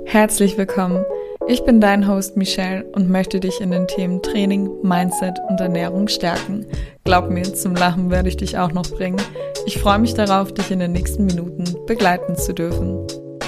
Herzlich willkommen. Ich bin dein Host Michelle und möchte dich in den Themen Training, Mindset und Ernährung stärken. Glaub mir, zum Lachen werde ich dich auch noch bringen. Ich freue mich darauf, dich in den nächsten Minuten begleiten zu dürfen.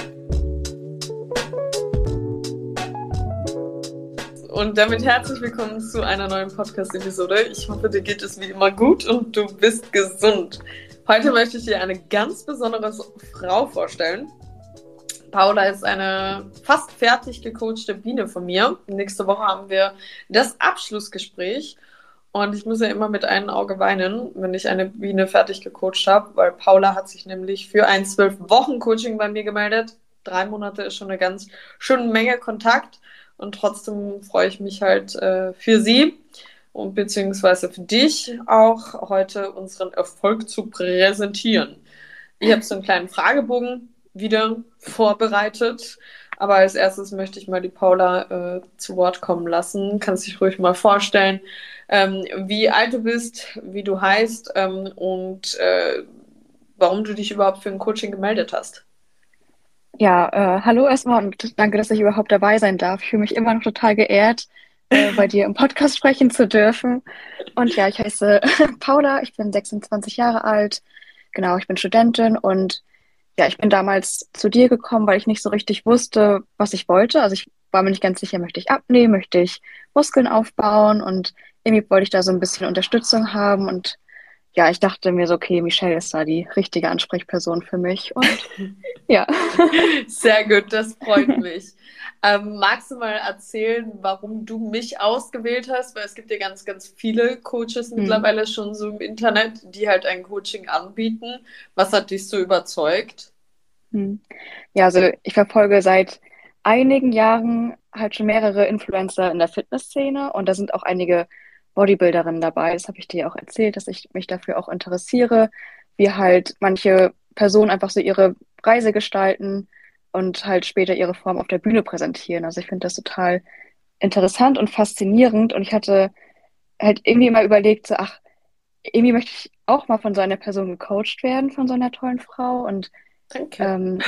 Und damit herzlich willkommen zu einer neuen Podcast-Episode. Ich hoffe, dir geht es wie immer gut und du bist gesund. Heute möchte ich dir eine ganz besondere Frau vorstellen. Paula ist eine fast fertig gecoachte Biene von mir. Nächste Woche haben wir das Abschlussgespräch. Und ich muss ja immer mit einem Auge weinen, wenn ich eine Biene fertig gecoacht habe, weil Paula hat sich nämlich für ein 12-Wochen-Coaching bei mir gemeldet. 3 Monate ist schon eine ganz schöne Menge Kontakt. Und trotzdem freue ich mich halt für sie und beziehungsweise für dich auch heute unseren Erfolg zu präsentieren. Ich habe so einen kleinen Fragebogen wieder vorbereitet. Aber als erstes möchte ich mal die Paula zu Wort kommen lassen. Kannst dich ruhig mal vorstellen, wie alt du bist, wie du heißt und warum du dich überhaupt für ein Coaching gemeldet hast. Ja, hallo erstmal und danke, dass ich überhaupt dabei sein darf. Ich fühle mich immer noch total geehrt, bei dir im Podcast sprechen zu dürfen. Und ja, ich heiße Paula, ich bin 26 Jahre alt. Genau, ich bin Studentin und ja, ich bin damals zu dir gekommen, weil ich nicht so richtig wusste, was ich wollte. Also ich war mir nicht ganz sicher, möchte ich abnehmen, möchte ich Muskeln aufbauen und irgendwie wollte ich da so ein bisschen Unterstützung haben und ja, ich dachte mir so, okay, Michelle ist da die richtige Ansprechperson für mich und ja. Sehr gut, das freut mich. Magst du mal erzählen, warum du mich ausgewählt hast? Weil es gibt ja ganz, ganz viele Coaches Hm. mittlerweile schon so im Internet, die halt ein Coaching anbieten. Was hat dich so überzeugt? Hm. Ja, also ich verfolge seit einigen Jahren halt schon mehrere Influencer in der Fitnessszene und da sind auch einige Bodybuilderinnen dabei. Das habe ich dir auch erzählt, dass ich mich dafür auch interessiere, wie halt manche Personen einfach so ihre Reise gestalten und halt später ihre Form auf der Bühne präsentieren. Also ich finde das total interessant und faszinierend und ich hatte halt irgendwie immer überlegt, so, ach, irgendwie möchte ich auch mal von so einer Person gecoacht werden, von so einer tollen Frau und Danke. ähm,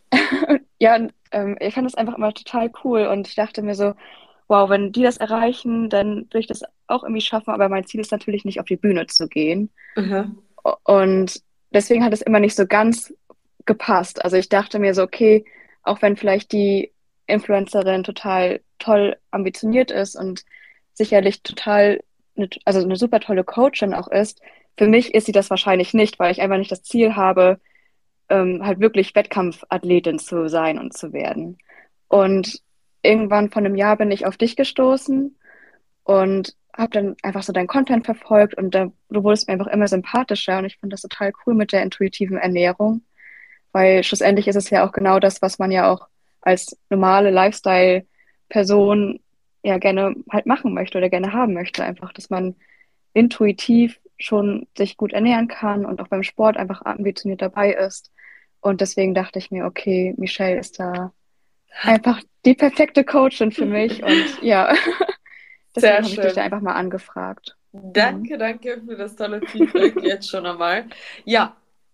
ja, und, ich fand das einfach immer total cool und ich dachte mir so, wow, wenn die das erreichen, dann will ich das auch irgendwie schaffen, aber mein Ziel ist natürlich nicht auf die Bühne zu gehen. Aha. Und deswegen hat es immer nicht so ganz gepasst. Also ich dachte mir so, okay, auch wenn vielleicht die Influencerin total toll ambitioniert ist und sicherlich total, also eine super tolle Coachin auch ist, für mich ist sie das wahrscheinlich nicht, weil ich einfach nicht das Ziel habe, halt wirklich Wettkampfathletin zu sein und zu werden. Und irgendwann von einem Jahr bin ich auf dich gestoßen und habe dann einfach so deinen Content verfolgt und du wurdest mir einfach immer sympathischer und ich finde das total cool mit der intuitiven Ernährung, weil schlussendlich ist es ja auch genau das, was man ja auch als normale Lifestyle-Person ja gerne halt machen möchte oder gerne haben möchte, einfach, dass man intuitiv schon sich gut ernähren kann und auch beim Sport einfach ambitioniert dabei ist. Und deswegen dachte ich mir, okay, Michelle ist da einfach die perfekte Coachin für mich und ja, Sehr deswegen habe ich dich da schön. einfach mal angefragt. Mhm. Danke, danke für das tolle Feedback jetzt schon einmal. Ja,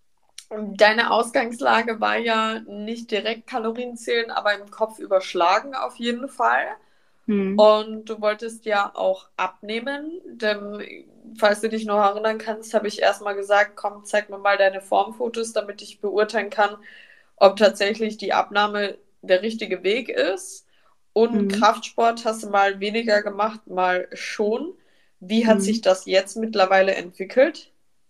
deine Ausgangslage war ja nicht direkt Kalorien zählen, aber im Kopf überschlagen auf jeden Fall. Mhm. Und du wolltest ja auch abnehmen, denn falls du dich noch erinnern kannst, habe ich erstmal gesagt, komm, zeig mir mal deine Formfotos, damit ich beurteilen kann, ob tatsächlich die Abnahme der richtige Weg ist. Und Mhm. Kraftsport hast du mal weniger gemacht, mal schon. Wie hat sich Mhm. das jetzt mittlerweile entwickelt?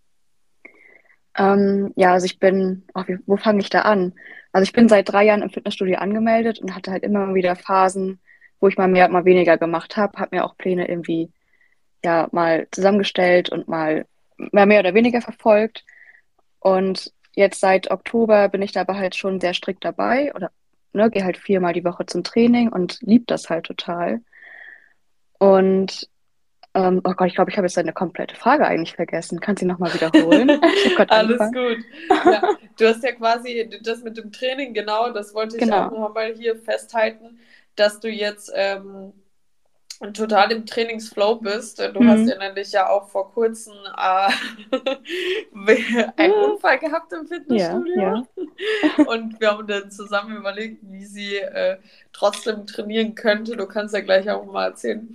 Ja, also ich bin, wo fange ich da an? Also ich bin seit 3 Jahren im Fitnessstudio angemeldet und hatte halt immer wieder Phasen, wo ich mal mehr, mal weniger gemacht habe mir auch Pläne irgendwie ja mal zusammengestellt und mal mehr oder weniger verfolgt. Und jetzt seit Oktober bin ich da aber halt schon sehr strikt dabei oder ne, gehe halt 4-mal die Woche zum Training und lieb das halt total. Und oh Gott, ich glaube, ich habe jetzt eine komplette Frage eigentlich vergessen. Kannst du sie nochmal wiederholen? Ich habe gerade Alles angefangen. gut. Ja, du hast ja quasi das mit dem Training, genau, das wollte ich auch Genau. noch mal hier festhalten, dass du jetzt total im Trainingsflow bist. Du hast Hm. ja nämlich ja auch vor kurzem einen Unfall gehabt im Ja, Fitnessstudio. ja. Und wir haben dann zusammen überlegt, wie sie trotzdem trainieren könnte. Du kannst ja gleich auch mal erzählen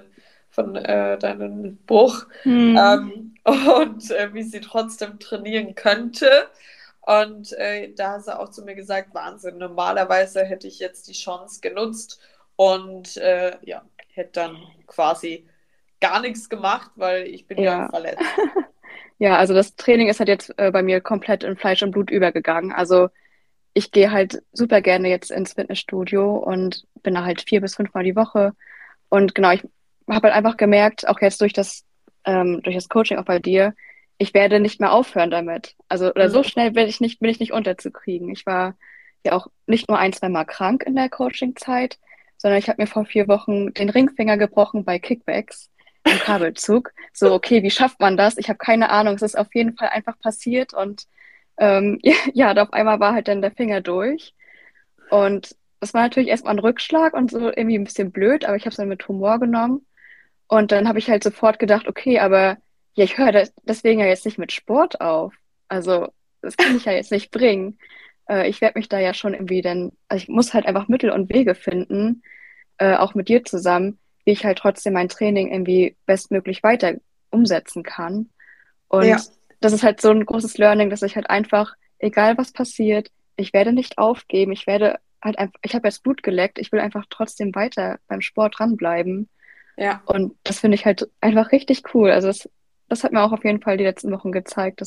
von deinem Bruch Hm. und wie sie trotzdem trainieren könnte. Und da hast du auch zu mir gesagt, Wahnsinn, normalerweise hätte ich jetzt die Chance genutzt und ja, hätte dann quasi gar nichts gemacht, weil ich bin ja Ja. verletzt. Ja, also das Training ist halt jetzt bei mir komplett in Fleisch und Blut übergegangen. Also ich gehe halt super gerne jetzt ins Fitnessstudio und bin da halt 4 bis 5 Mal die Woche. Und genau, ich habe halt einfach gemerkt, auch jetzt durch das Coaching auch bei dir, ich werde nicht mehr aufhören damit. Also, oder so Mhm. schnell bin ich nicht unterzukriegen. Ich war ja auch nicht nur 1, 2 Mal krank in der Coaching-Zeit, sondern ich habe mir vor 4 Wochen den Ringfinger gebrochen bei Kickbacks im Kabelzug. So, okay, wie schafft man das? Ich habe keine Ahnung. Es ist auf jeden Fall einfach passiert und ja, auf einmal war halt dann der Finger durch. Und das war natürlich erstmal ein Rückschlag und so irgendwie ein bisschen blöd, aber ich habe es dann mit Humor genommen. Und dann habe ich halt sofort gedacht, okay, aber ja, ich höre deswegen ja jetzt nicht mit Sport auf. Also, das kann ich ja jetzt nicht bringen. Ich werde mich da ja schon irgendwie dann, also ich muss halt einfach Mittel und Wege finden, auch mit dir zusammen, wie ich halt trotzdem mein Training irgendwie bestmöglich weiter umsetzen kann. Ja, Und das ist halt so ein großes Learning, dass ich halt einfach, egal was passiert, ich werde nicht aufgeben. Ich werde halt einfach, ich habe jetzt Blut geleckt, ich will einfach trotzdem weiter beim Sport dranbleiben. ja. Und das finde ich halt einfach richtig cool. Also das hat mir auch auf jeden Fall die letzten Wochen gezeigt,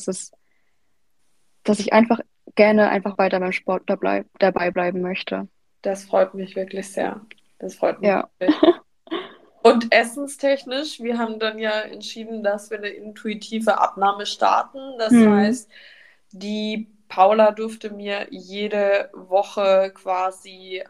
dass ich einfach gerne einfach weiter beim Sport dabei bleiben möchte. Das freut mich wirklich sehr. Das freut mich Ja. wirklich. Und essenstechnisch, wir haben dann ja entschieden, dass wir eine intuitive Abnahme starten. Das Hm. heißt, die Paula durfte mir jede Woche quasi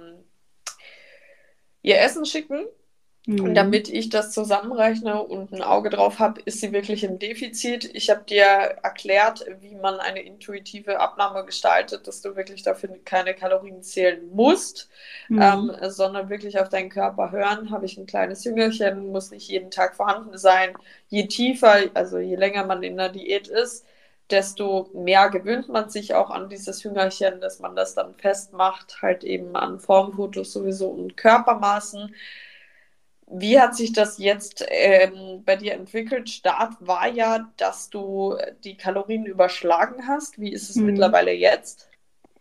ihr Essen schicken. Und Hm. damit ich das zusammenrechne und ein Auge drauf habe, ist sie wirklich im Defizit. Ich habe dir erklärt, wie man eine intuitive Abnahme gestaltet, dass du wirklich dafür keine Kalorien zählen musst, Hm. sondern wirklich auf deinen Körper hören. Habe ich ein kleines Jüngerchen, muss nicht jeden Tag vorhanden sein. Je tiefer, also je länger man in der Diät ist, desto mehr gewöhnt man sich auch an dieses Hüngerchen, dass man das dann festmacht, halt eben an Formfotos sowieso und Körpermaßen. Wie hat sich das jetzt bei dir entwickelt? Start war ja, dass du die Kalorien überschlagen hast. Wie ist es Hm. mittlerweile jetzt?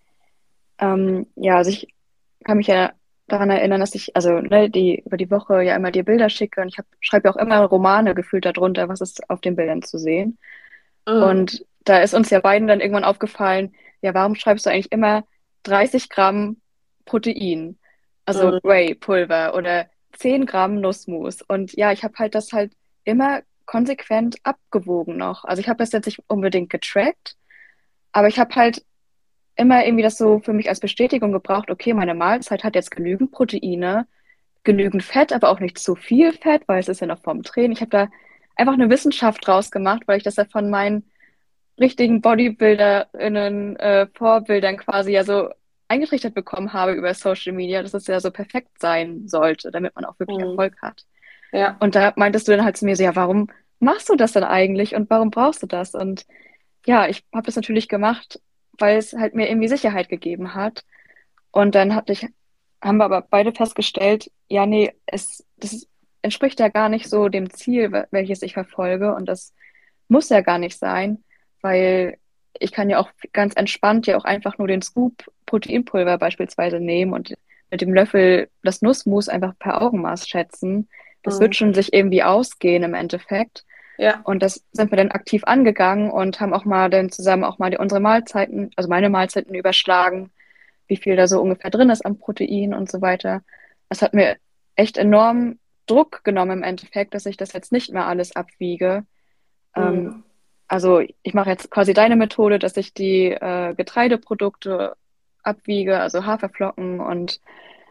Ja, also ich kann mich ja daran erinnern, dass ich, also ne, die über die Woche ja immer dir Bilder schicke und schreibe ja auch immer Romane gefühlt darunter, was ist auf den Bildern zu sehen. Mhm. Und da ist uns ja beiden dann irgendwann aufgefallen, ja, warum schreibst du eigentlich immer 30 Gramm Protein, also Mhm. Whey-Pulver oder 10 Gramm Nussmus? Und ja, ich habe halt das halt immer konsequent abgewogen noch. Also ich habe das jetzt nicht unbedingt getrackt, aber ich habe halt immer irgendwie das so für mich als Bestätigung gebraucht, okay, meine Mahlzeit hat jetzt genügend Proteine, genügend Fett, aber auch nicht zu viel Fett, weil es ist ja noch vorm Training. Ich habe da einfach eine Wissenschaft draus gemacht, weil ich das ja von meinen richtigen BodybuilderInnen, Vorbildern quasi ja so eingetrichtert bekommen habe über Social Media, dass es ja so perfekt sein sollte, damit man auch wirklich Mhm. Erfolg hat. Ja. Und da meintest du dann halt zu mir so, ja, warum machst du das denn eigentlich und warum brauchst du das? Und ja, ich habe das natürlich gemacht, weil es halt mir irgendwie Sicherheit gegeben hat. Und dann haben wir aber beide festgestellt, ja, nee, das entspricht ja gar nicht so dem Ziel, welches ich verfolge. Und das muss ja gar nicht sein, weil ich kann ja auch ganz entspannt ja auch einfach nur den Scoop Proteinpulver beispielsweise nehmen und mit dem Löffel das Nussmus einfach per Augenmaß schätzen. Das wird Mhm. schon sich irgendwie ausgehen im Endeffekt. Ja. Und das sind wir dann aktiv angegangen und haben auch mal dann zusammen auch mal unsere Mahlzeiten, also meine Mahlzeiten überschlagen, wie viel da so ungefähr drin ist an Protein und so weiter. Das hat mir echt enorm Druck genommen im Endeffekt, dass ich das jetzt nicht mehr alles abwiege. Ähm, Mhm. also ich mache jetzt quasi deine Methode, dass ich die Getreideprodukte abwiege, also Haferflocken und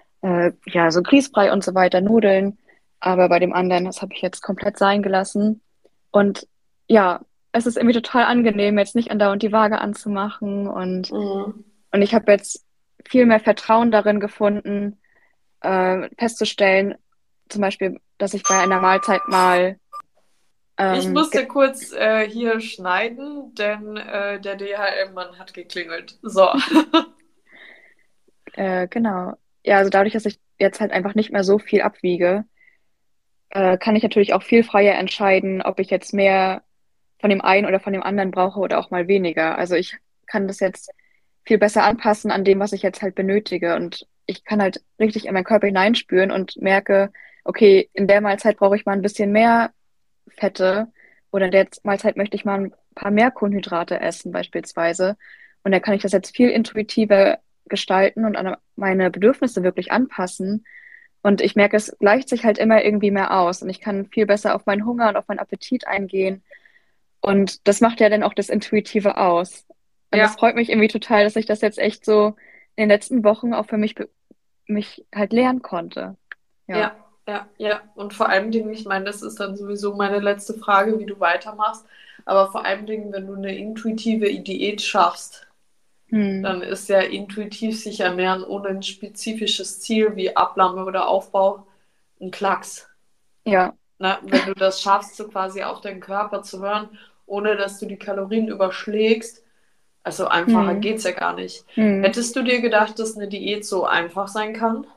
ja, so Grießbrei und so weiter, Nudeln. Aber bei dem anderen, das habe ich jetzt komplett sein gelassen. Und ja, es ist irgendwie total angenehm, jetzt nicht andauernd die Waage anzumachen. Mhm. Und ich habe jetzt viel mehr Vertrauen darin gefunden, festzustellen, zum Beispiel, dass ich bei einer Mahlzeit mal, Ich ähm, ge musste kurz hier schneiden, denn der DHL-Mann hat geklingelt. So. genau. Ja, also dadurch, dass ich jetzt halt einfach nicht mehr so viel abwiege, kann ich natürlich auch viel freier entscheiden, ob ich jetzt mehr von dem einen oder von dem anderen brauche oder auch mal weniger. Also ich kann das jetzt viel besser anpassen an dem, was ich jetzt halt benötige. Und ich kann halt richtig in meinen Körper hineinspüren und merke, okay, in der Mahlzeit brauche ich mal ein bisschen mehr Fette oder in der Mahlzeit möchte ich mal ein paar mehr Kohlenhydrate essen beispielsweise. Und dann kann ich das jetzt viel intuitiver gestalten und an meine Bedürfnisse wirklich anpassen. Und ich merke, es gleicht sich halt immer irgendwie mehr aus und ich kann viel besser auf meinen Hunger und auf meinen Appetit eingehen. Und das macht ja dann auch das Intuitive aus. Und das Ja, freut mich irgendwie total, dass ich das jetzt echt so in den letzten Wochen auch für mich halt lernen konnte. Ja. ja, ja. Und vor allen Dingen, ich meine, das ist dann sowieso meine letzte Frage, wie du weitermachst. Aber vor allen Dingen, wenn du eine intuitive Diät schaffst, Hm. dann ist ja intuitiv sich ernähren ohne ein spezifisches Ziel wie Abnahme oder Aufbau ein Klacks. Ja. Ne? Wenn du das schaffst, so quasi auf deinen Körper zu hören, ohne dass du die Kalorien überschlägst, also einfacher Hm. geht's ja gar nicht. Hm. Hättest du dir gedacht, dass eine Diät so einfach sein kann?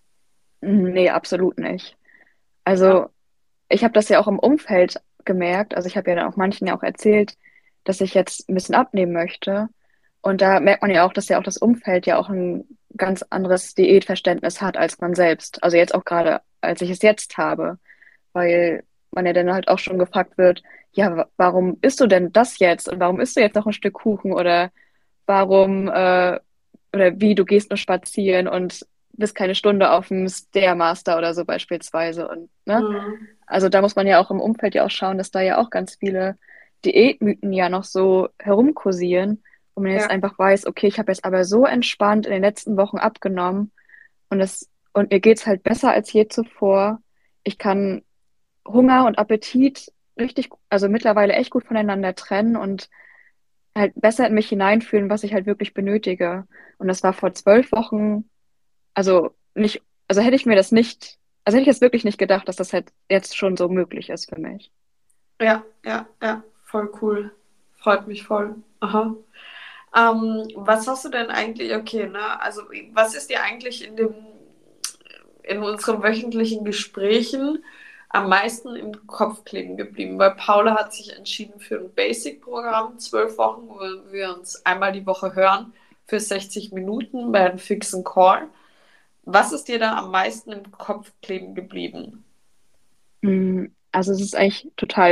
Nee, absolut nicht. Ja. Also ich habe das ja auch im Umfeld gemerkt. Also ich habe ja dann auch manchen ja auch erzählt, dass ich jetzt ein bisschen abnehmen möchte. Und da merkt man ja auch, dass ja auch das Umfeld ja auch ein ganz anderes Diätverständnis hat als man selbst. Also jetzt auch gerade, als ich es jetzt habe, weil man ja dann halt auch schon gefragt wird, ja, warum isst du denn das jetzt? Und warum isst du jetzt noch ein Stück Kuchen? Oder warum, oder wie, du gehst nur spazieren und bist keine Stunde auf dem Stairmaster oder so beispielsweise. Und, ne? Mhm. Also da muss man ja auch im Umfeld ja auch schauen, dass da ja auch ganz viele Diätmythen ja noch so herumkursieren, wo man jetzt Ja, einfach weiß, okay, ich habe jetzt aber so entspannt in den letzten Wochen abgenommen und mir geht's halt besser als je zuvor. Ich kann Hunger und Appetit richtig, also mittlerweile echt gut voneinander trennen und halt besser in mich hineinfühlen, was ich halt wirklich benötige. Und das war vor 12 Wochen, also nicht, also hätte ich mir das nicht, also hätte ich jetzt wirklich nicht gedacht, dass das halt jetzt schon so möglich ist für mich. ja, voll cool. Freut mich voll. Aha. Was hast du denn eigentlich, okay, ne? Also, was ist dir eigentlich in unseren wöchentlichen Gesprächen am meisten im Kopf kleben geblieben? Weil Paula hat sich entschieden für ein Basic-Programm, 12 Wochen, wo wir uns einmal die Woche hören für 60 Minuten bei einem fixen Call. Was ist dir da am meisten im Kopf kleben geblieben? Also es ist eigentlich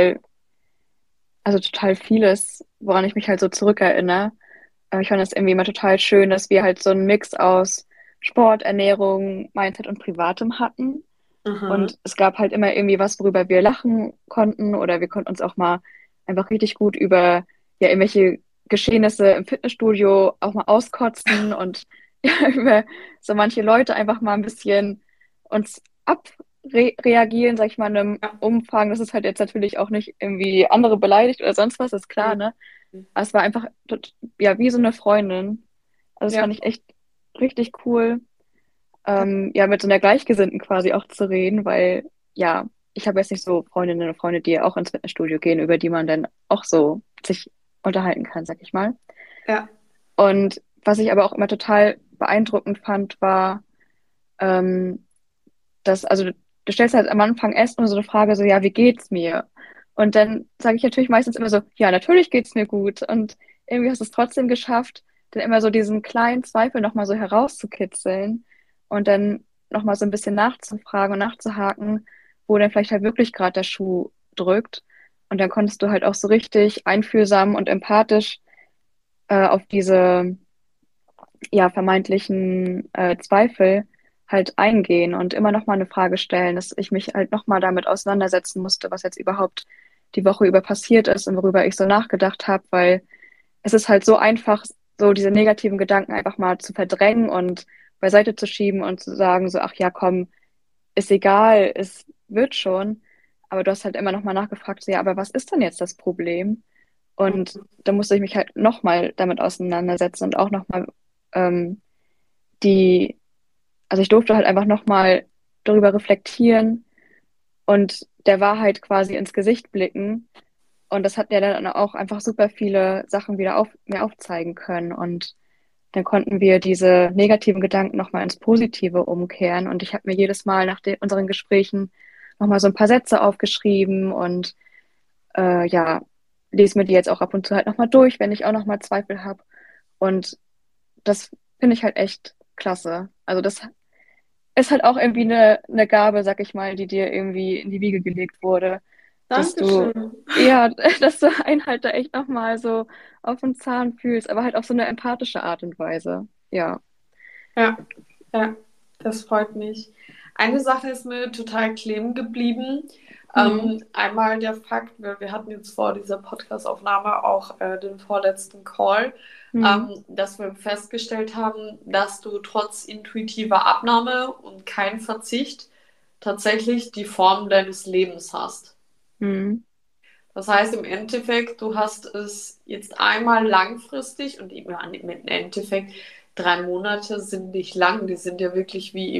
total vieles, woran ich mich halt so zurückerinnere. Aber ich fand es irgendwie immer total schön, dass wir halt so einen Mix aus Sport, Ernährung, Mindset und Privatem hatten. Mhm. Und es gab halt immer irgendwie was, worüber wir lachen konnten oder wir konnten uns auch mal einfach richtig gut über ja irgendwelche Geschehnisse im Fitnessstudio auch mal auskotzen und ja, über so manche Leute einfach mal ein bisschen uns abreagieren, sag ich mal, in einem Ja. Umfang. Das ist halt jetzt natürlich auch nicht irgendwie andere beleidigt oder sonst was, ist klar, ne? Aber es war einfach ja wie so eine Freundin. Also das Ja. fand ich echt richtig cool, ja, mit so einer Gleichgesinnten quasi auch zu reden, weil ja, ich habe jetzt nicht so Freundinnen und Freunde, die ja auch ins Fitnessstudio gehen, über die man dann auch so sich unterhalten kann, sag ich mal. Ja. Und was ich aber auch immer total beeindruckend fand, war, ähm, also du stellst halt am Anfang erst nur so eine Frage, so, ja, wie geht's mir? Und dann sage ich natürlich meistens immer so, ja, natürlich geht's mir gut. Und irgendwie hast du es trotzdem geschafft, dann immer so diesen kleinen Zweifel nochmal so herauszukitzeln und dann nochmal so ein bisschen nachzufragen und nachzuhaken, wo dann vielleicht halt wirklich gerade der Schuh drückt. Und dann konntest du halt auch so richtig einfühlsam und empathisch auf diese ja, vermeintlichen Zweifel halt eingehen und immer noch mal eine Frage stellen, dass ich mich halt noch mal damit auseinandersetzen musste, was jetzt überhaupt die Woche über passiert ist und worüber ich so nachgedacht habe, weil es ist halt so einfach, so diese negativen Gedanken einfach mal zu verdrängen und beiseite zu schieben und zu sagen so, ach ja, komm, ist egal, es wird schon. Aber du hast halt immer noch mal nachgefragt, so, ja, aber was ist denn jetzt das Problem? Und da musste ich mich halt noch mal damit auseinandersetzen und auch noch mal die, also ich durfte halt einfach nochmal darüber reflektieren, Und der war halt quasi ins Gesicht blicken. Und das hat ja dann auch einfach super viele Sachen wieder mir aufzeigen können. Und dann konnten wir diese negativen Gedanken nochmal ins Positive umkehren. Und ich habe mir jedes Mal nach unseren Gesprächen nochmal so ein paar Sätze aufgeschrieben und ja, lese mir die jetzt auch ab und zu halt nochmal durch, wenn ich auch nochmal Zweifel habe. Und das finde ich halt echt klasse. Also das ist halt auch irgendwie eine Gabe, sag ich mal, die dir irgendwie in die Wiege gelegt wurde, dass du, Dankeschön. ja, dass du einen halt da echt nochmal so auf den Zahn fühlst, aber halt auf so eine empathische Art und Weise. Ja. Ja, ja, das freut mich. Eine Sache ist mir total kleben geblieben. Hm. Einmal der Fakt, wir hatten jetzt vor dieser Podcast-Aufnahme auch den vorletzten Call, Hm. dass wir festgestellt haben, dass du trotz intuitiver Abnahme und kein Verzicht tatsächlich die Form deines Lebens hast. Hm. Das heißt im Endeffekt, du hast es jetzt einmal langfristig und eben im Endeffekt 3 Monate sind nicht lang, die sind ja wirklich wie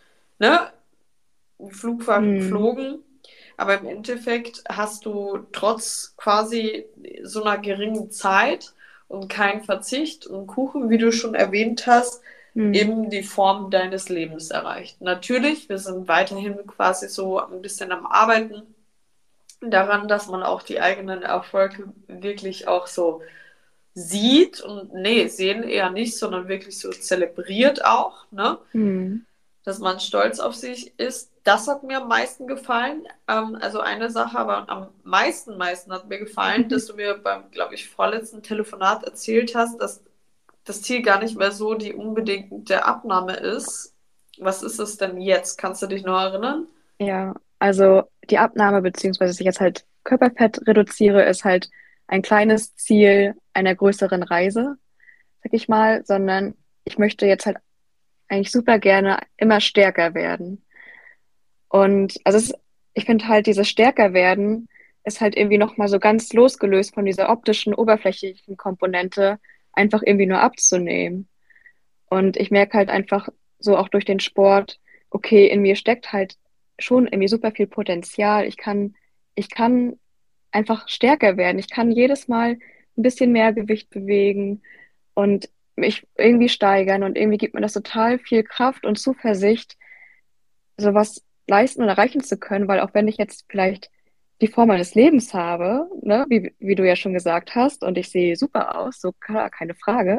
im Flugfahrt Hm. geflogen. Aber im Endeffekt hast du trotz quasi so einer geringen Zeit und kein Verzicht und Kuchen, wie du schon erwähnt hast, Hm. eben die Form deines Lebens erreicht. Natürlich, wir sind weiterhin quasi so ein bisschen am Arbeiten daran, dass man auch die eigenen Erfolge wirklich auch so sieht und nee, sehen eher nicht, sondern wirklich so zelebriert auch, ne? Hm. Dass man stolz auf sich ist. Das hat mir am meisten gefallen. Also eine Sache, aber am meisten hat mir gefallen, dass du mir beim, glaube ich, vorletzten Telefonat erzählt hast, dass das Ziel gar nicht mehr so die unbedingte Abnahme ist. Was ist es denn jetzt? Kannst du dich noch erinnern? Ja, also die Abnahme, beziehungsweise dass ich jetzt halt Körperfett reduziere, ist halt ein kleines Ziel einer größeren Reise, sag ich mal, sondern ich möchte jetzt halt eigentlich super gerne immer stärker werden. Und also ich finde halt, dieses stärker werden ist halt irgendwie nochmal so ganz losgelöst von dieser optischen, oberflächlichen Komponente, einfach irgendwie nur abzunehmen. Und ich merke halt einfach so auch durch den Sport, okay, in mir steckt halt schon irgendwie super viel Potenzial. Ich kann einfach stärker werden. Ich kann jedes Mal ein bisschen mehr Gewicht bewegen und mich irgendwie steigern und irgendwie gibt mir das total viel Kraft und Zuversicht, sowas leisten und erreichen zu können, weil auch wenn ich jetzt vielleicht die Form meines Lebens habe, ne, wie du ja schon gesagt hast, und ich sehe super aus, so klar, keine Frage,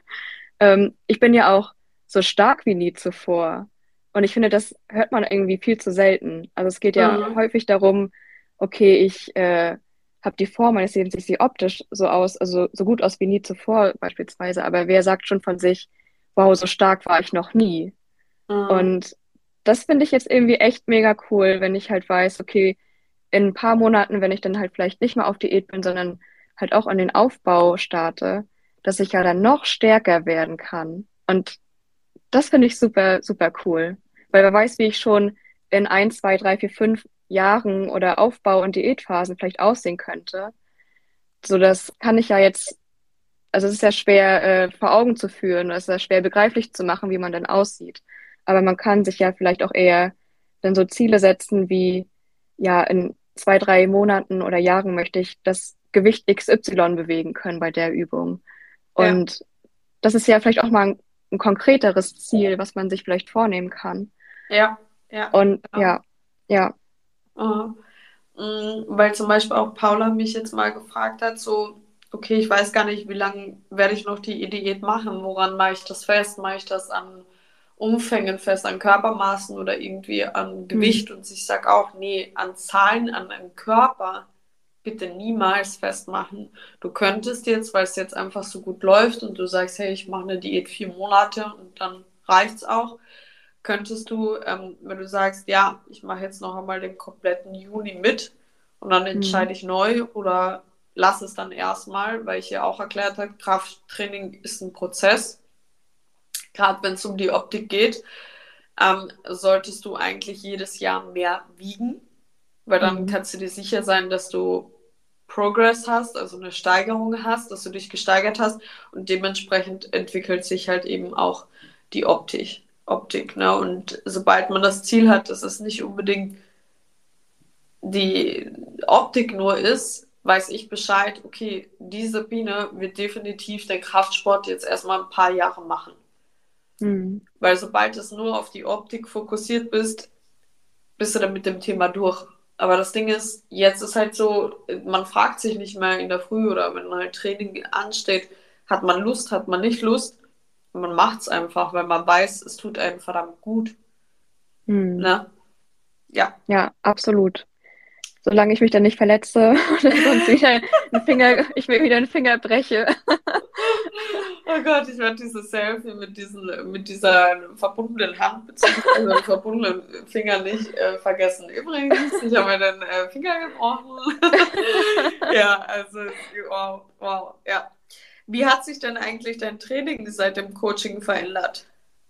ich bin ja auch so stark wie nie zuvor. Und ich finde, das hört man irgendwie viel zu selten. Also es geht ja Mhm. häufig darum, okay, ich habe die Form meines Lebens, ich sehe optisch so aus, also so gut aus wie nie zuvor beispielsweise. Aber wer sagt schon von sich, wow, so stark war ich noch nie? Mhm. Und das finde ich jetzt irgendwie echt mega cool, wenn ich halt weiß, okay, in ein paar Monaten, wenn ich dann halt vielleicht nicht mehr auf Diät bin, sondern halt auch an den Aufbau starte, dass ich ja dann noch stärker werden kann. Und das finde ich super, super cool. Weil wer weiß, wie ich schon in 1, 2, 3, 4, 5 Jahren oder Aufbau- und Diätphasen vielleicht aussehen könnte. So, das kann ich ja jetzt, also es ist ja schwer vor Augen zu führen, es ist ja schwer begreiflich zu machen, wie man dann aussieht. Aber man kann sich ja vielleicht auch eher dann so Ziele setzen wie, ja, in 2, 3 Monaten oder Jahren möchte ich das Gewicht XY bewegen können bei der Übung. Ja, Und das ist ja vielleicht auch mal ein konkreteres Ziel, was man sich vielleicht vornehmen kann. ja, ja. Und Genau. ja. Mhm. Weil zum Beispiel auch Paula mich jetzt mal gefragt hat, so, okay, ich weiß gar nicht, wie lange werde ich noch die Diät machen? Woran mache ich das fest? Mache ich das an Umfängen fest, an Körpermaßen oder irgendwie an Hm. Gewicht? Und ich sage auch, nee, an Zahlen, an einem Körper bitte niemals festmachen. Du könntest jetzt, weil es jetzt einfach so gut läuft und du sagst, hey, ich mache eine Diät 4 Monate und dann reicht's auch, könntest du, wenn du sagst, ja, ich mache jetzt noch einmal den kompletten Juni mit und dann Hm. entscheide ich neu oder lass es dann erstmal, weil ich ja auch erklärt habe, Krafttraining ist ein Prozess, gerade wenn es um die Optik geht, solltest du eigentlich jedes Jahr mehr wiegen, weil dann Hm. kannst du dir sicher sein, dass du Progress hast, also eine Steigerung hast, dass du dich gesteigert hast und dementsprechend entwickelt sich halt eben auch die Optik, ne? Und sobald man das Ziel hat, das ist nicht unbedingt die Optik nur ist, weiß ich Bescheid, okay, diese Biene wird definitiv den Kraftsport jetzt erstmal ein paar Jahre machen. Mhm. Weil sobald du nur auf die Optik fokussiert bist, bist du dann mit dem Thema durch. Aber das Ding ist, jetzt ist halt so, man fragt sich nicht mehr in der Früh oder wenn halt Training ansteht, hat man Lust, hat man nicht Lust. Man macht es einfach, weil man weiß, es tut einem verdammt gut. Mhm. Ne? Ja. Ja, absolut. Solange ich mich dann nicht verletze oder sonst wieder ich mir wieder einen Finger breche. Oh Gott, ich werde dieses Selfie mit dieser verbundenen Hand bzw. dem verbundenen Finger nicht vergessen. Übrigens, ich habe mir den Finger gebrochen. Ja, also, wow, wow, ja. Wie hat sich denn eigentlich dein Training seit dem Coaching verändert?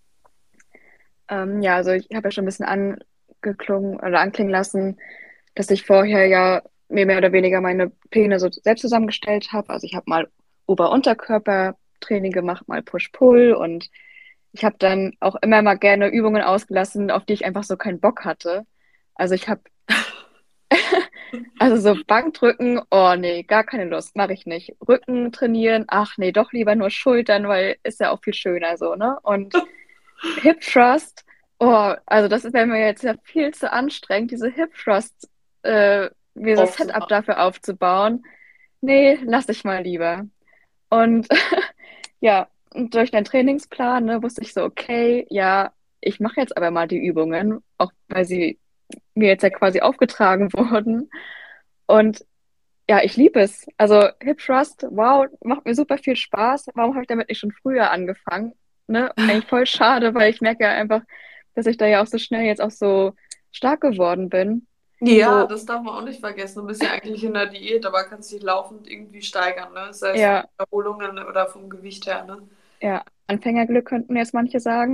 Ja, also ich habe ja schon ein bisschen angeklungen oder anklingen lassen, dass ich vorher ja mir mehr oder weniger meine Pläne so selbst zusammengestellt habe. Also ich habe mal Ober-Unterkörper-Training gemacht, mal Push-Pull und ich habe dann auch immer mal gerne Übungen ausgelassen, auf die ich einfach so keinen Bock hatte. Also ich habe, also so Bankdrücken, oh nee, gar keine Lust, mache ich nicht. Rücken trainieren, ach nee, doch lieber nur Schultern, weil ist ja auch viel schöner so, ne? Und Hip Thrust, oh, also das wäre mir jetzt ja viel zu anstrengend, diese Hip Thrust, mir so Setup Aufzumachen. dafür aufzubauen. Nee, lass ich mal lieber. Und ja, und durch den Trainingsplan, ne, wusste ich so, okay, ja, ich mache jetzt aber mal die Übungen, auch weil sie mir jetzt ja quasi aufgetragen wurden. Und ja, ich liebe es. Also Hip Thrust, wow, macht mir super viel Spaß. Warum habe ich damit nicht schon früher angefangen? Ne? Eigentlich voll schade, weil ich merke ja einfach, dass ich da ja auch so schnell jetzt auch so stark geworden bin. Ja, So, das darf man auch nicht vergessen. Du bist ja eigentlich in der Diät, aber kannst dich laufend irgendwie steigern, ne? Sei es von ja, Wiederholungen oder vom Gewicht her, ne? ja, Anfängerglück könnten jetzt manche sagen.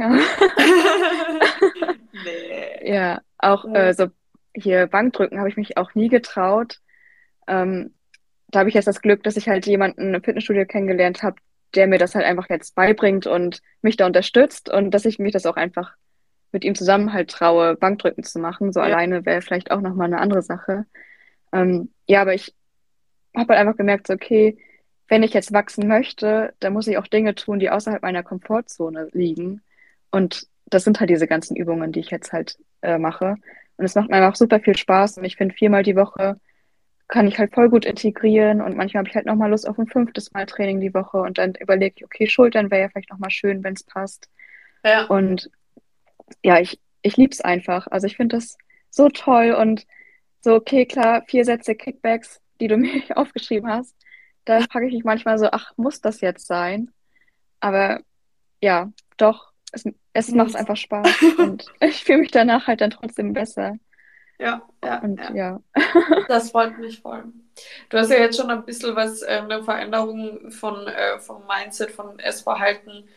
Nee. Ja, auch so hier Bankdrücken habe ich mich auch nie getraut. Ähm, Da habe ich jetzt das Glück, dass ich halt jemanden im Fitnessstudio kennengelernt habe, der mir das halt einfach jetzt beibringt und mich da unterstützt und dass ich mich das auch einfach mit ihm zusammen halt traue, Bankdrücken zu machen. So Ja, alleine wäre vielleicht auch nochmal eine andere Sache. Ja, aber ich habe halt einfach gemerkt, so, okay, wenn ich jetzt wachsen möchte, dann muss ich auch Dinge tun, die außerhalb meiner Komfortzone liegen. Und das sind halt diese ganzen Übungen, die ich jetzt halt mache. Und es macht mir einfach super viel Spaß. Und ich finde, 4-mal die Woche kann ich halt voll gut integrieren. Und manchmal habe ich halt nochmal Lust auf ein 5. Mal Training die Woche. Und dann überlege ich, okay, Schultern wäre ja vielleicht nochmal schön, wenn es passt. ja. Und ja, ich liebe es einfach. Also ich finde das so toll und so, okay, klar, 4 Sätze Kickbacks, die du mir aufgeschrieben hast, da frage ich mich manchmal so, ach, muss das jetzt sein? Aber ja, doch, es macht Muss. einfach Spaß und ich fühle mich danach halt dann trotzdem besser. Ja, ja, Und ja. ja. Das freut mich voll. Du hast ja jetzt schon ein bisschen was, eine Veränderung vom Mindset, vom Essverhalten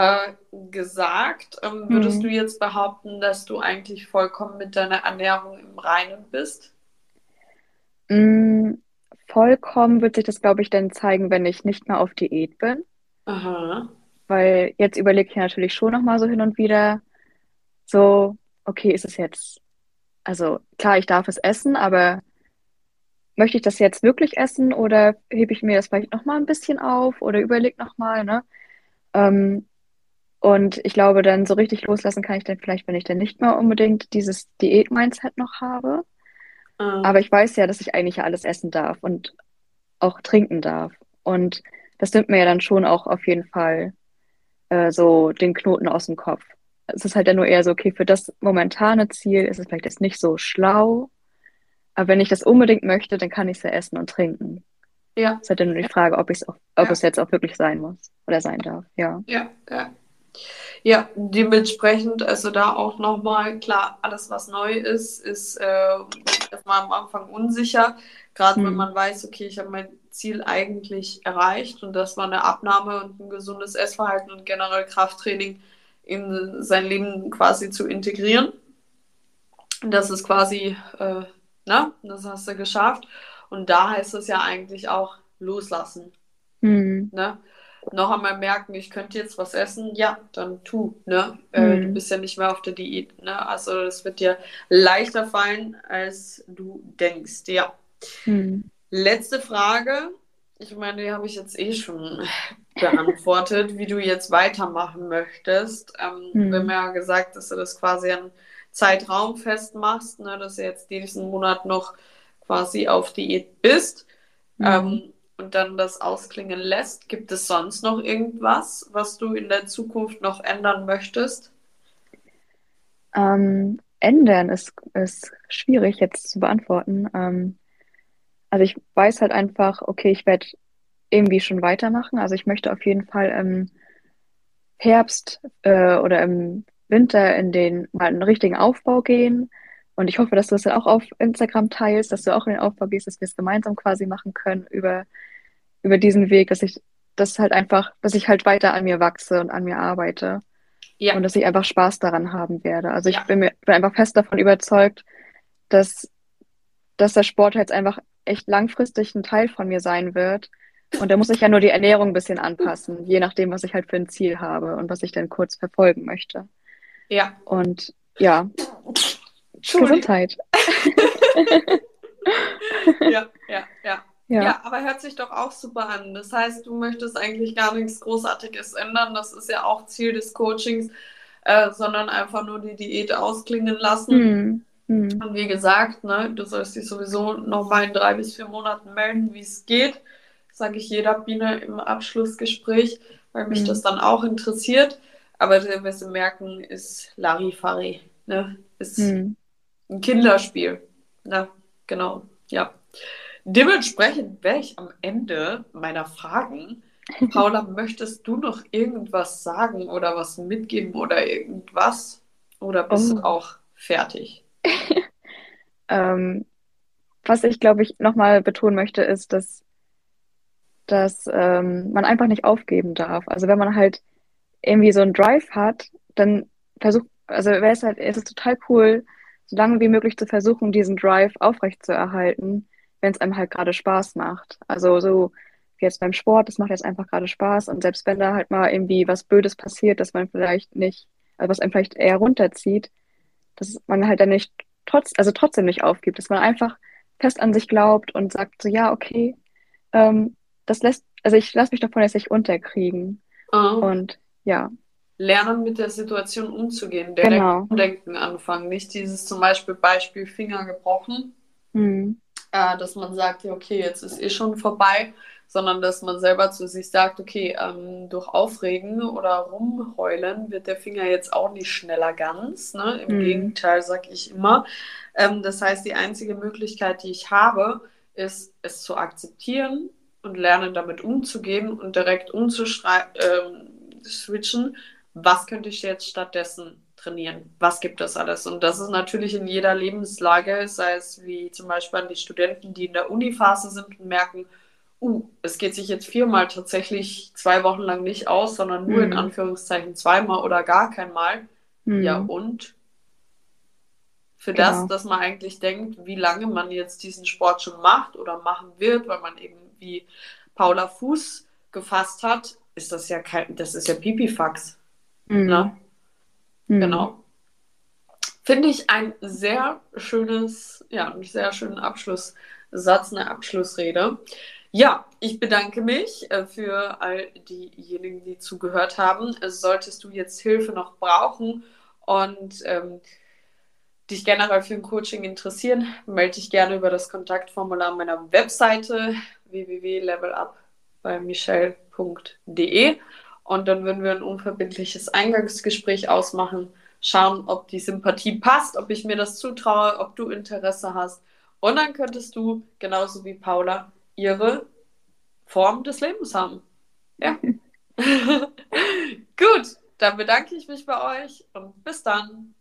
gesagt. Würdest du Hm. jetzt behaupten, dass du eigentlich vollkommen mit deiner Ernährung im Reinen bist? Mm, Vollkommen wird sich das, glaube ich, dann zeigen, wenn ich nicht mehr auf Diät bin. Aha. Weil jetzt überlege ich natürlich schon nochmal so hin und wieder, so, okay, ist es jetzt, also klar, ich darf es essen, aber möchte ich das jetzt wirklich essen oder hebe ich mir das vielleicht noch mal ein bisschen auf oder überlege noch mal, ne? Ähm, und ich glaube, dann so richtig loslassen kann ich dann vielleicht, wenn ich dann nicht mehr unbedingt dieses Diät-Mindset noch habe. Aber ich weiß ja, dass ich eigentlich ja alles essen darf und auch trinken darf. Und das nimmt mir ja dann schon auch auf jeden Fall so den Knoten aus dem Kopf. Es ist halt dann nur eher so, okay, für das momentane Ziel ist es vielleicht jetzt nicht so schlau, aber wenn ich das unbedingt möchte, dann kann ich es ja essen und trinken. Ja, Ist halt dann nur die Frage, ob ja, es jetzt auch wirklich sein muss oder sein darf. Ja. ja, ja. Ja, dementsprechend, also da auch nochmal, klar, alles was neu ist, ist erstmal am Anfang unsicher. Gerade wenn Hm. man weiß, okay, ich habe mein Ziel eigentlich erreicht und das war eine Abnahme und ein gesundes Essverhalten und generell Krafttraining in sein Leben quasi zu integrieren. Das ist quasi, das hast du geschafft. Und da heißt es ja eigentlich auch loslassen. Hm. Ne? noch einmal merken, ich könnte jetzt was essen, ja, dann tu, ne? Du Hm. bist ja nicht mehr auf der Diät, ne? Also es wird dir leichter fallen, als du denkst, ja. Hm. Letzte Frage. Ich meine, die habe ich jetzt eh schon beantwortet, wie du jetzt weitermachen möchtest. Wir haben Hm. ja gesagt, dass du das quasi an Zeitraum festmachst, ne, dass du jetzt diesen Monat noch quasi auf Diät bist Hm. und dann das ausklingen lässt. Gibt es sonst noch irgendwas, was du in der Zukunft noch ändern möchtest? Ändern ist schwierig jetzt zu beantworten. Also ich weiß halt einfach, okay, ich werde irgendwie schon weitermachen. Also ich möchte auf jeden Fall im Herbst oder im Winter in den mal einen richtigen Aufbau gehen. Und ich hoffe, dass du das dann auch auf Instagram teilst, dass du auch in den Aufbau gehst, dass wir es gemeinsam quasi machen können über diesen Weg, dass ich das halt einfach, dass ich halt weiter an mir wachse und an mir arbeite Ja, und dass ich einfach Spaß daran haben werde. Also ich ja, bin einfach fest davon überzeugt, dass, dass der Sport jetzt einfach echt langfristig ein Teil von mir sein wird. Und da muss ich ja nur die Ernährung ein bisschen anpassen, je nachdem, was ich halt für ein Ziel habe und was ich dann kurz verfolgen möchte. ja. Und ja, Entschuldigung. Gesundheit. Ja, ja, ja. Ja. Ja, aber hört sich doch auch super an. Das heißt, du möchtest eigentlich gar nichts Großartiges ändern. Das ist ja auch Ziel des Coachings, sondern einfach nur die Diät ausklingen lassen. Hm. Hm. Und wie gesagt, ne, du sollst dich sowieso noch mal in 3 bis 4 Monaten melden, wie es geht. Sage ich jeder Biene im Abschlussgespräch, weil mich Hm. das dann auch interessiert. Aber du wirst merken, ist Larifari, ne? Ist Hm. ein Kinderspiel. Na, genau, ja. Dementsprechend wäre ich am Ende meiner Fragen. Paula, möchtest du noch irgendwas sagen oder was mitgeben oder irgendwas? Oder bist du Oh. auch fertig? Ähm, was ich, glaube ich, nochmal betonen möchte, ist, dass man einfach nicht aufgeben darf. Also wenn man halt irgendwie so einen Drive hat, dann also wäre es halt, es ist total cool, so lange wie möglich zu versuchen, diesen Drive aufrechtzuerhalten, wenn es einem halt gerade Spaß macht. Also so wie jetzt beim Sport, das macht jetzt einfach gerade Spaß und selbst wenn da halt mal irgendwie was Blödes passiert, dass man vielleicht nicht, also was einem vielleicht eher runterzieht, dass man halt dann nicht also trotzdem nicht aufgibt, dass man einfach fest an sich glaubt und sagt so, ja, okay, also ich lasse mich davon jetzt nicht unterkriegen. Äh, Und ja, Lernen mit der Situation umzugehen, direkt genau. umdenken anfangen. Nicht dieses zum Beispiel Finger gebrochen, Hm. dass man sagt, ja, okay, jetzt ist eh schon vorbei, sondern dass man selber zu sich sagt, okay, durch Aufregen oder Rumheulen wird der Finger jetzt auch nicht schneller ganz. Ne? Im Hm. Gegenteil, sage ich immer. Das heißt, die einzige Möglichkeit, die ich habe, ist, es zu akzeptieren und lernen, damit umzugehen und direkt switchen, was könnte ich jetzt stattdessen trainieren? Was gibt es alles? Und das ist natürlich in jeder Lebenslage, sei es wie zum Beispiel an die Studenten, die in der Uni-Phase sind und merken, es geht sich jetzt 4-mal tatsächlich 2 Wochen lang nicht aus, sondern nur in Hm. Anführungszeichen 2-mal oder gar kein Mal. Ja, Hm. und für das, Genau. dass man eigentlich denkt, wie lange man jetzt diesen Sport schon macht oder machen wird, weil man eben wie Paula Fuß gefasst hat, ist das ja das ist ja Pipifax. Hm. Ne? Hm. Genau. Finde ich ein sehr schönes, ja, einen sehr schönen Abschlusssatz, eine Abschlussrede. Ja, ich bedanke mich für all diejenigen, die zugehört haben. Solltest du jetzt Hilfe noch brauchen und dich generell für ein Coaching interessieren, melde dich gerne über das Kontaktformular meiner Webseite www.levelup bei michelle.de und dann würden wir ein unverbindliches Eingangsgespräch ausmachen, schauen, ob die Sympathie passt, ob ich mir das zutraue, ob du Interesse hast und dann könntest du, genauso wie Paula, ihre Form des Lebens haben. Ja. Gut, dann bedanke ich mich bei euch und bis dann.